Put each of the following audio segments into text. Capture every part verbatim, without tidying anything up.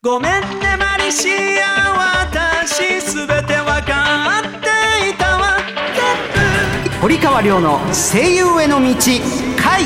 ごめんねマリシア、私すべてわかっていたわ。 堀川亮の声優への道回。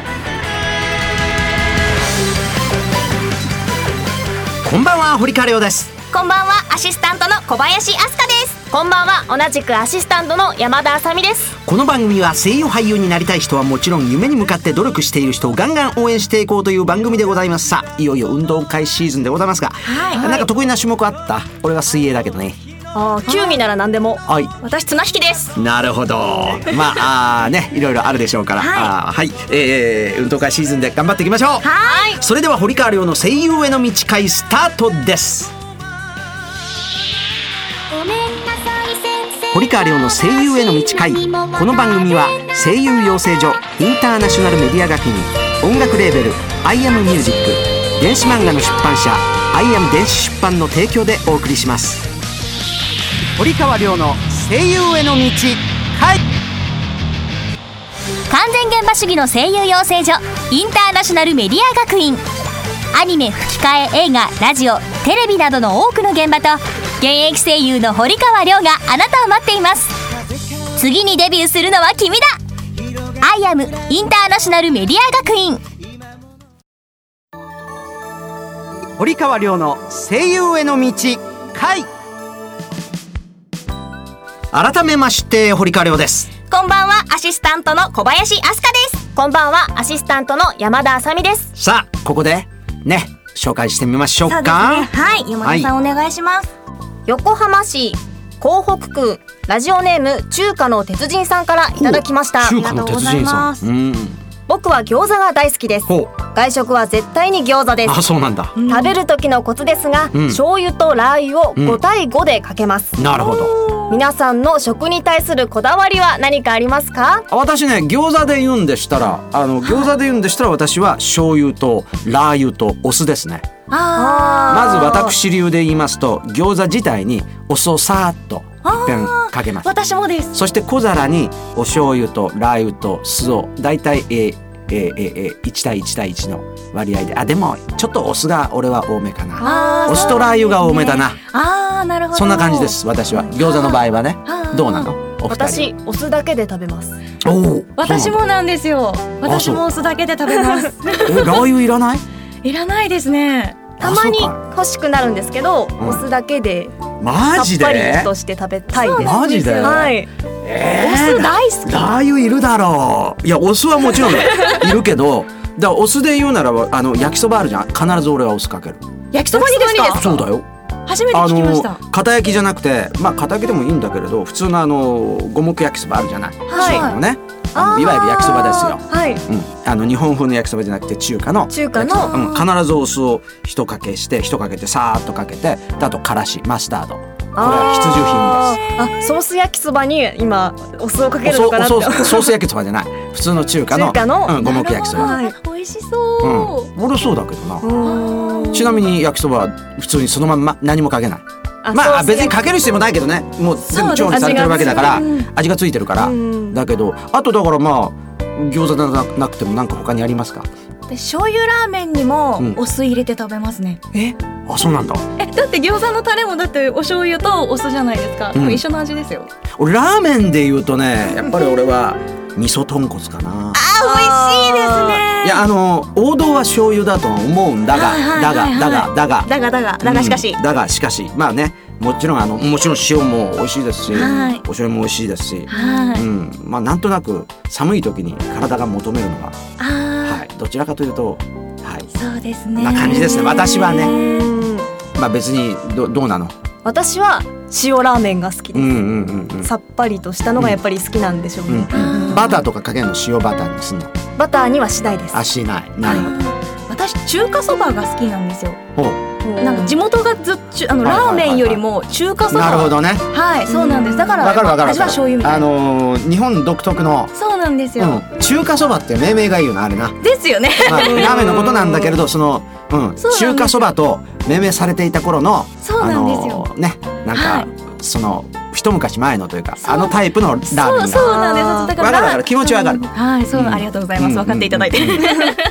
こんばんは、堀川亮です。 こんばんは、アシスタントの小林明日香です。こんばんは、同じくアシスタントの山田あさみです。 この番組は声優俳優になりたい人はもちろん、夢に向かって努力している人をガンガン応援していこうという番組でございます。さあ、いよいよ運動会シーズンでございますが、はい、なんか得意な種目あった？俺は水泳だけどね。 ああ、球技なら何でも。 はい、 私綱引きです。 なるほど。まあ、あね、いろいろあるでしょうから、はい、あはい、えー、運動会シーズンで頑張っていきましょう。 はい。 それでは堀川亮の声優への道会スタートです。堀川亮の声優への道会。この番組は声優養成所インターナショナルメディア学院、音楽レーベル アイアムミュージック、電子漫画の出版社 アイアム 電子出版の提供でお送りします。堀川亮の声優への道会。 完全現場主義の声優養成所インターナショナルメディア学院。アニメ、吹き替え、映画、ラジオ、テレビなどの多くの現場と現役声優の堀川亮があなたを待っています。次にデビューするのは君だ。アイアムインターナショナルメディア学院。 堀川亮の声優への道会。改めまして堀川亮です。 こんばんは、アシスタントの小林明日香です。こんばんは、アシスタントの山田あさみです。 さあ、ここでね、紹介してみましょうか。 そうですね、はい、山田さん、はい、お願いします。横浜市港北区、ラジオネーム中華の鉄人さんからいただきました。 中華の鉄人さん、うん、 僕は餃子が大好きです。外食は絶対に餃子です。 あ、そうなんだ。 食べる時のコツですが、うん、醤油とラー油をごたいごでかけます、うん、 なるほど。 皆さんの食に対するこだわりは何かありますか？ 私ね、餃子で言うんでしたら、あの餃子で言うんでしたら私は醤油とラー油とお酢ですね。あ、まず私流で言いますと、餃子自体にお酢をさーっと一遍かけます。 私もです。 そして小皿にお醤油とラー油と酢をだいたい、えーえーえー、いち対いち対いちの割合で、あ、でもちょっとお酢が俺は多めかな。お酢とラー油が多めだな。 あー、なるほど。 そんな感じです、私は。餃子の場合はね。どうなの？お二人。 私お酢だけで食べます。 おお、 私もなんですよ。私もお酢だけで食べます。 え、ラー油いらない？ いらないですね。 たまに欲しくなるんですけど、うん、お酢だけでマジでさっぱりとして食べたいです。 マジで、 はい、えー、お酢大好き。 ラー油いるだろう。いや、お酢はもちろんいるけどだからお酢で言うならば、あの焼きそばあるじゃん、必ず俺はお酢かける。 焼きそばにですか？ そうだよ。 初めて聞きました。 片焼きじゃなくて、まあ片焼きでもいいんだけれど、普通のあの五目焼きそばあるじゃない、はい、中華のね、あのいわゆる焼きそばですよ、はい、うん、あの日本風の焼きそばじゃなくて中華の中華の、 うん、必ずお酢を一かけして一かけてさーっとかけて、あとからし、マスタード、これは必需品です。 あ、ソース焼きそばに今お酢をかけるのかなって。 ソース焼きそばじゃない、普通の中華の、 中華の、 うん、五目焼きそば、 はい、美味しそう、 うん、俺そうだけどな。ちなみに焼きそばは普通にそのまんま何もかけない。あ、まあ別にかける必要もないけどね、もう全部調理されてるわけだから、味がついてるから、うん、だけどあとだからまあ餃子じゃなくてもなんか他にありますか？ で、醤油ラーメンにもお酢入れて食べますね、 うん、え、あ、そうなんだ。 え、だって餃子のタレもだってお醤油とお酢じゃないですか、うん、一緒の味ですよ。 俺ラーメンで言うとね、やっぱり俺は味噌豚骨かな。 あ、美味しいですね。 いや、あの王道は醤油だと思うんだが、だがだがだがだがだがだがしかし、 だがしかし、まあね、もちろんあのもちろん塩も美味しいですし、はい、お醤油も美味しいですし、はい、うん、まあなんとなく寒い時に体が求めるのが、はい、どちらかというと、はい、 そうですね、 な感じですね、私はね。まあ別に ど, どうなの？ 私は塩ラーメンが好きです、 うんうんうんうん、 さっぱりとしたのがやっぱり好きなんでしょうね、 うんうん、バターとかかけるの？塩バターにすんの？ バターにはしないです。 あ、しない。なるほど。 私中華そばが好きなんですよ。 ほう、なんか地元がずっあの、はいはいはいはい、ラーメンよりも中華そば。 なるほどね。 はい、そうなんです。だからわかるわかる味は醤油みたいな。 あのー、日本独特の。 そうなんですよ、 うん、中華そばって命名がいいよな、あれな。 ですよね、 まあ、ラーメンのことなんだけれど、その、うん、中華そばと命名されていた頃の、 そうなんですよ、 あのー、ね、なんか、はい、その一昔前のというか、あのタイプのラーメンが。 そう、そうなんです。だからわかるわかる、気持ちわかる。 はい、そう、うん、ありがとうございます、分かっていただいて、うんうん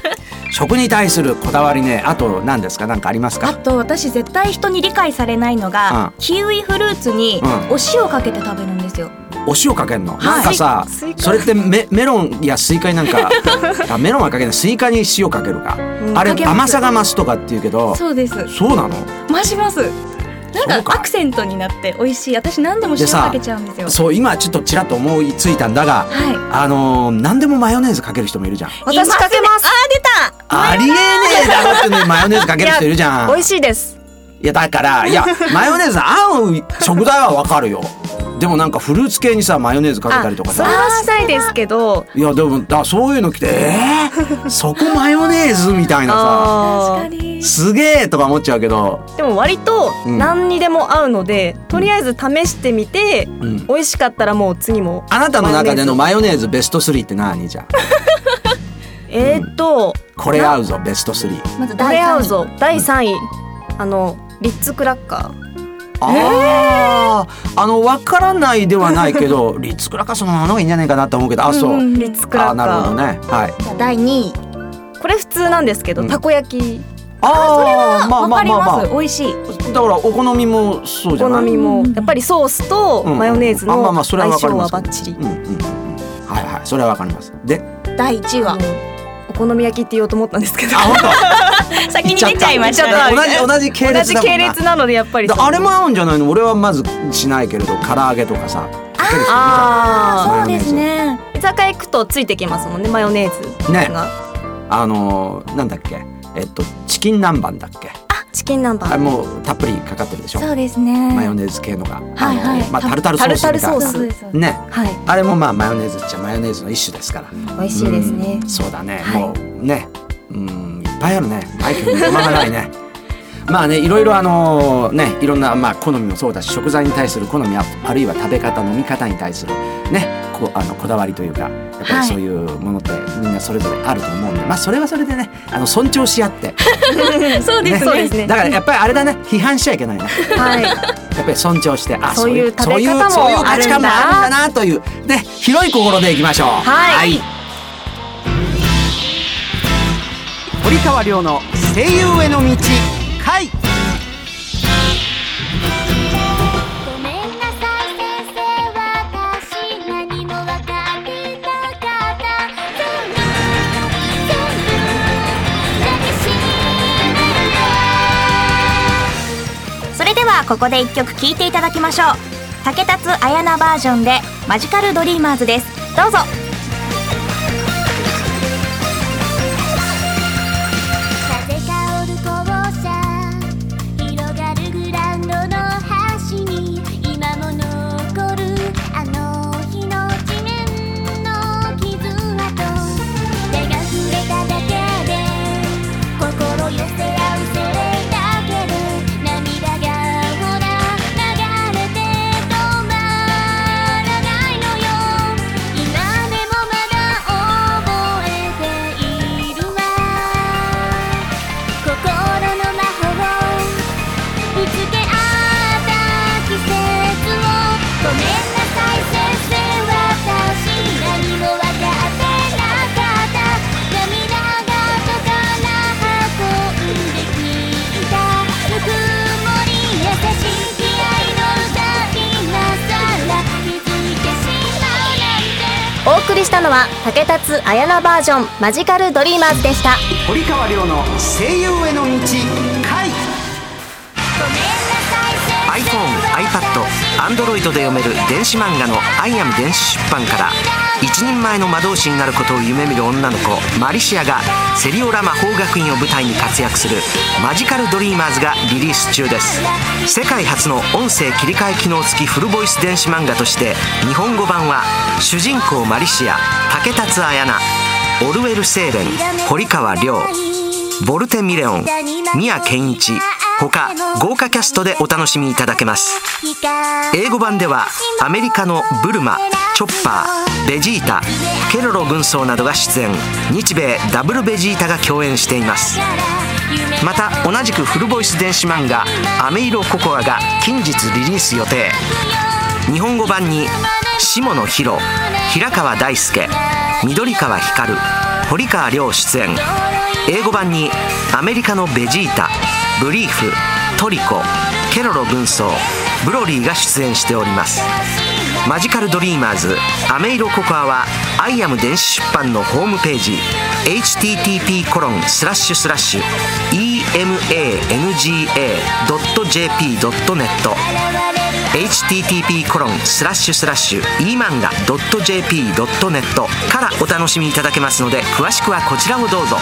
食に対するこだわりね。あと何ですか、何かありますか？ あと私絶対人に理解されないのが、 うん、 キウイフルーツにお塩かけて食べるんですよ。 お塩かけんの、 はい、 なんかさそれって メ, メロンやスイカになんかあメロンはかけない、スイカに塩かけるか、うん、あれ甘さが増すとかって言うけど。 そうです。 そうなの？ 増します。なんかアクセントになって美味しい。私何度も塩かけちゃうんですよ。 そう今ちょっとちらっと思いついたんだが、はい、あのー、何でもマヨネーズかける人もいるじゃん。 私かけます。 あー出た。 ありえねえだろってね、マヨネーズかける人いるじゃん。 美味しいです。 いやだからいやマヨネーズ合う食材はわかるよ。でもなんかフルーツ系にさマヨネーズかけたりとかさ、 それはしたいですけど、 いやでもだそういうの来てえー、そこマヨネーズみたいなさ、確かにすげえとか思っちゃうけど、 でも割と何にでも合うので、うん、とりあえず試してみて、うん、美味しかったらもう次も。 あなたの中でのマヨネーズベストスリーって何じゃんえーっと、 うん、これ合うぞベストスリー。 まずこれ合うぞだいさんい、うん、あのリッツクラッカー。 ああ、あの分からないではないけどリッツクラッカーそのままのがいいんじゃないかなと思うけど、あそう、うん、 リッツクラッカー。あなるほどね。はい。 だいにい、 これ普通なんですけど、うん、たこ焼き。 ああ、それは分かります、まあまあまあ、美味しい。 だからお好みもそうじゃない。 お好みもやっぱりソースとマヨネーズの相性はバッチリ。 うんうんうん、はいはい、それは分かります。でだいいちいはお好み焼きって言おうと思ったんですけど、 あ本当先に出ちゃいました。 同じ同じ系列だもんな。 同じ系列なのでやっぱりあれも合うんじゃないの？俺はまずしないけれど、唐揚げとかさかける人いるじゃん。 あそうですね。 居酒屋行くとついてきますもんね、マヨネーズが。ね、 あのー、なんだっけ、えっとチキン南蛮だっけ。 あ、チキン南蛮。 あれもうたっぷりかかってるでしょ。 そうですね。 マヨネーズ系のが、 はいはい、 まあタルタルソースみたいな。 タルタルソースね、 はい。 あれもまあマヨネーズっちゃマヨネーズの一種ですから。 美味しいですね。 そうだね。もうね。うん、いっぱいあるね。アイテムに山がないね。まあね、いろいろあのね、いろんなまあ好みもそうだし、食材に対する好み、あるいは食べ方、飲み方に対するね、こあのこだわりというか、やっぱりそういうものってみんなそれぞれあると思うんで、まあそれはそれでね、あの尊重し合って。 そうですね。そうですね。 だからやっぱりあれだね、批判しちゃいけないな。はい。やっぱり尊重して、あ、 そういう食べ方もあるんだ、 そういう価値観もあるんだなというね、広い心でいきましょう。 はい。はい、 堀川亮の声優への道回。 それではここで一曲聴いていただきましょう。竹達彩菜バージョンでマジカルドリーマーズです。どうぞ。お送りしたのは竹達彩菜バージョンマジカルドリーマーズでした。 堀川亮の声優への道回。 iPhone、iPad、Android で読める電子漫画のアイアム電子出版から、一人前の魔導士になることを夢見る女の子マリシアがセリオラ魔法学院を舞台に活躍するマジカルドリーマーズがリリース中です。世界初の音声切り替え機能付きフルボイス電子漫画として、日本語版は主人公マリシア、竹達彩菜、オルウェル・セーレン、堀川亮、ボルテ・ミレオン、宮健一他豪華キャストでお楽しみいただけます。英語版ではアメリカのブルマ、チョッパー、ベジータ、ケロロ軍曹などが出演、日米ダブルベジータが共演しています。また同じくフルボイス電子漫画アメイロココアが近日リリース予定。日本語版に下野紘、平川大輔、緑川光、堀川亮出演。 英語版にアメリカのベジータ、ブリーフ、トリコ、ケロロ軍曹、ブロリーが出演しております。マジカルドリーマーズアメイロココアはアイアム電子出版のホームページ エイチティーティーピーコロンスラッシュスラッシュイーエムエーエヌジーエードットジェーピードットネット エイチティーティーピーコロンスラッシュスラッシュイーマンガドットジェーピードットネット からお楽しみいただけますので、詳しくはこちらをどうぞ。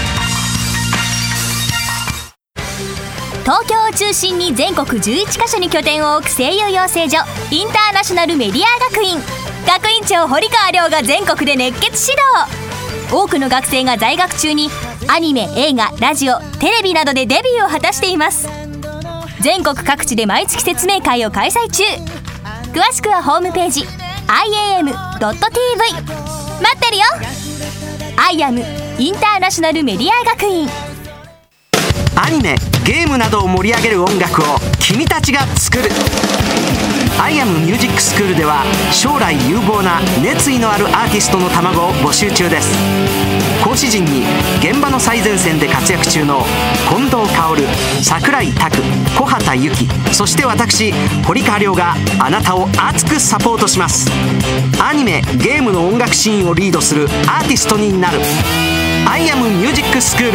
東京を中心に全国じゅういちカ所に拠点を置く声優養成所インターナショナルメディア学院。学院長堀川亮が全国で熱血指導。多くの学生が在学中にアニメ、映画、ラジオ、テレビなどでデビューを果たしています。全国各地で毎月説明会を開催中。詳しくはホームページ アイエーエムドットティーブイ 待ってるよ。アイアムインターナショナルメディア学院。 アニメ、ゲームなどを盛り上げる音楽を君たちが作る。アイアムミュージックスクールでは将来有望な熱意のあるアーティストの卵を募集中です。講師陣に現場の最前線で活躍中の近藤薫、櫻井拓、小畑由紀、そして私堀川亮があなたを熱くサポートします。アニメ、ゲームの音楽シーンをリードするアーティストになる。アイアムミュージックスクール。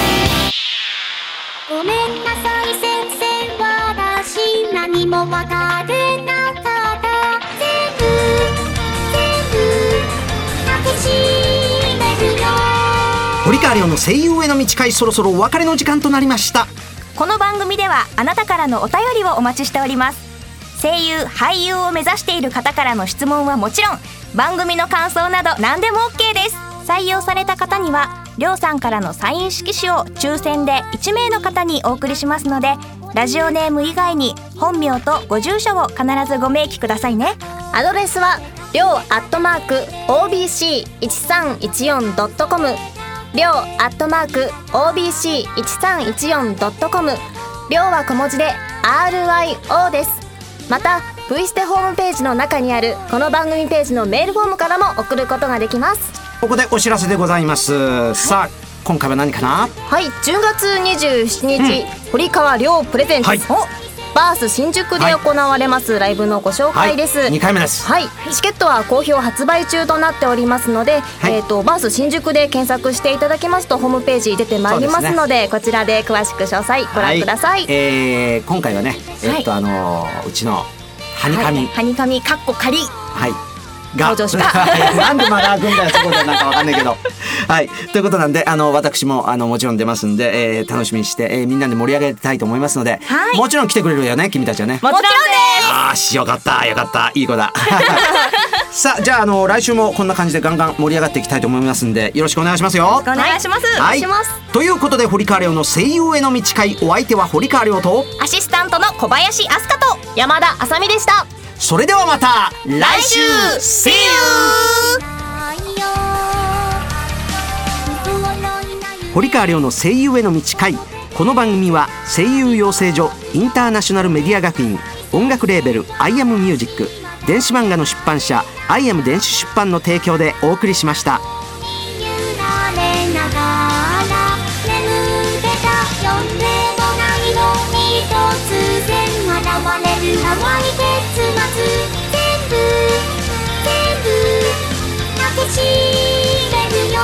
ごめんなさい先生、私何もわからなかった。全部全部抱きしめるよ。 堀川亮の声優への道会、そろそろお別れの時間となりました。 この番組ではあなたからのお便りをお待ちしております。声優・俳優を目指している方からの質問はもちろん、番組の感想など何でも OK です。採用された方にはりょうさんからのサイン色紙を抽選でいち名の方にお送りしますので、ラジオネーム以外に本名とご住所を必ずご明記くださいね。 アドレスはりょうアットマーク オービーシーいちさんいちよんドットコム、りょうアットマーク オービーシーいちさんいちよんドットコム、りょうは小文字で アールアイオー です。また V ステホームページの中にあるこの番組ページのメールフォームからも送ることができます。 ここでお知らせでございます、はい、さあ今回は何かな。 はい、じゅうがつにじゅうしちにち、うん、堀川亮プレゼンツ、はい、バース新宿で行われますライブのご紹介です、はい、 にかいめです。 はい、チケットは好評発売中となっておりますので、はい、えーとバース新宿で検索していただきますとホームページ出てまいりますの で, で、ね、こちらで詳しく詳細ご覧ください、はい。 えー、今回はね、えーとはい、あのー、うちのはにかみ、 はにかみかっこ仮、 はい登場しまなんでまだ開くんだよそこで、なんかわかんないけどはい、ということなんで、あの私もあのもちろん出ますんで、えー、楽しみにして、えー、みんなで盛り上げたいと思いますので、はい、もちろん来てくれるよね、君たちはね。 もちろんです。 あーよかったよかった、いい子ださあ、じゃあ、あの来週もこんな感じでガンガン盛り上がっていきたいと思いますんで、よろしくお願いしますよ。 お願いします、 はい、ということで、堀川亮の声優への道会、お相手は堀川亮とアシスタントの小林飛鳥と山田あさみでした。 それではまた来週 See you。 堀川亮の声優への道会。この番組は声優養成所インターナショナルメディア学院、音楽レーベル アイアム ミュージック、電子漫画の出版社 アイアム 電子出版の提供でお送りしました。 淡い結末、全部全部抱きしめるよ。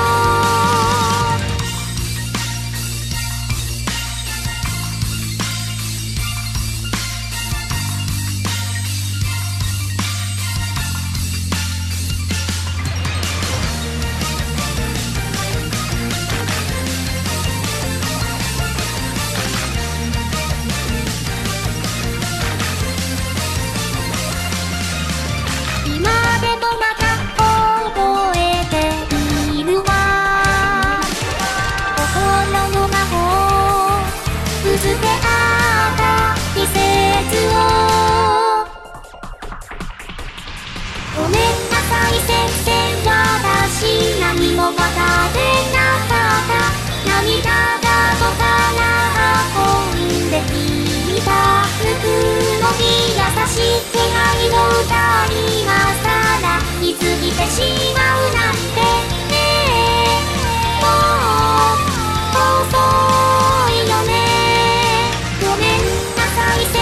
しまうなんてね、もう大切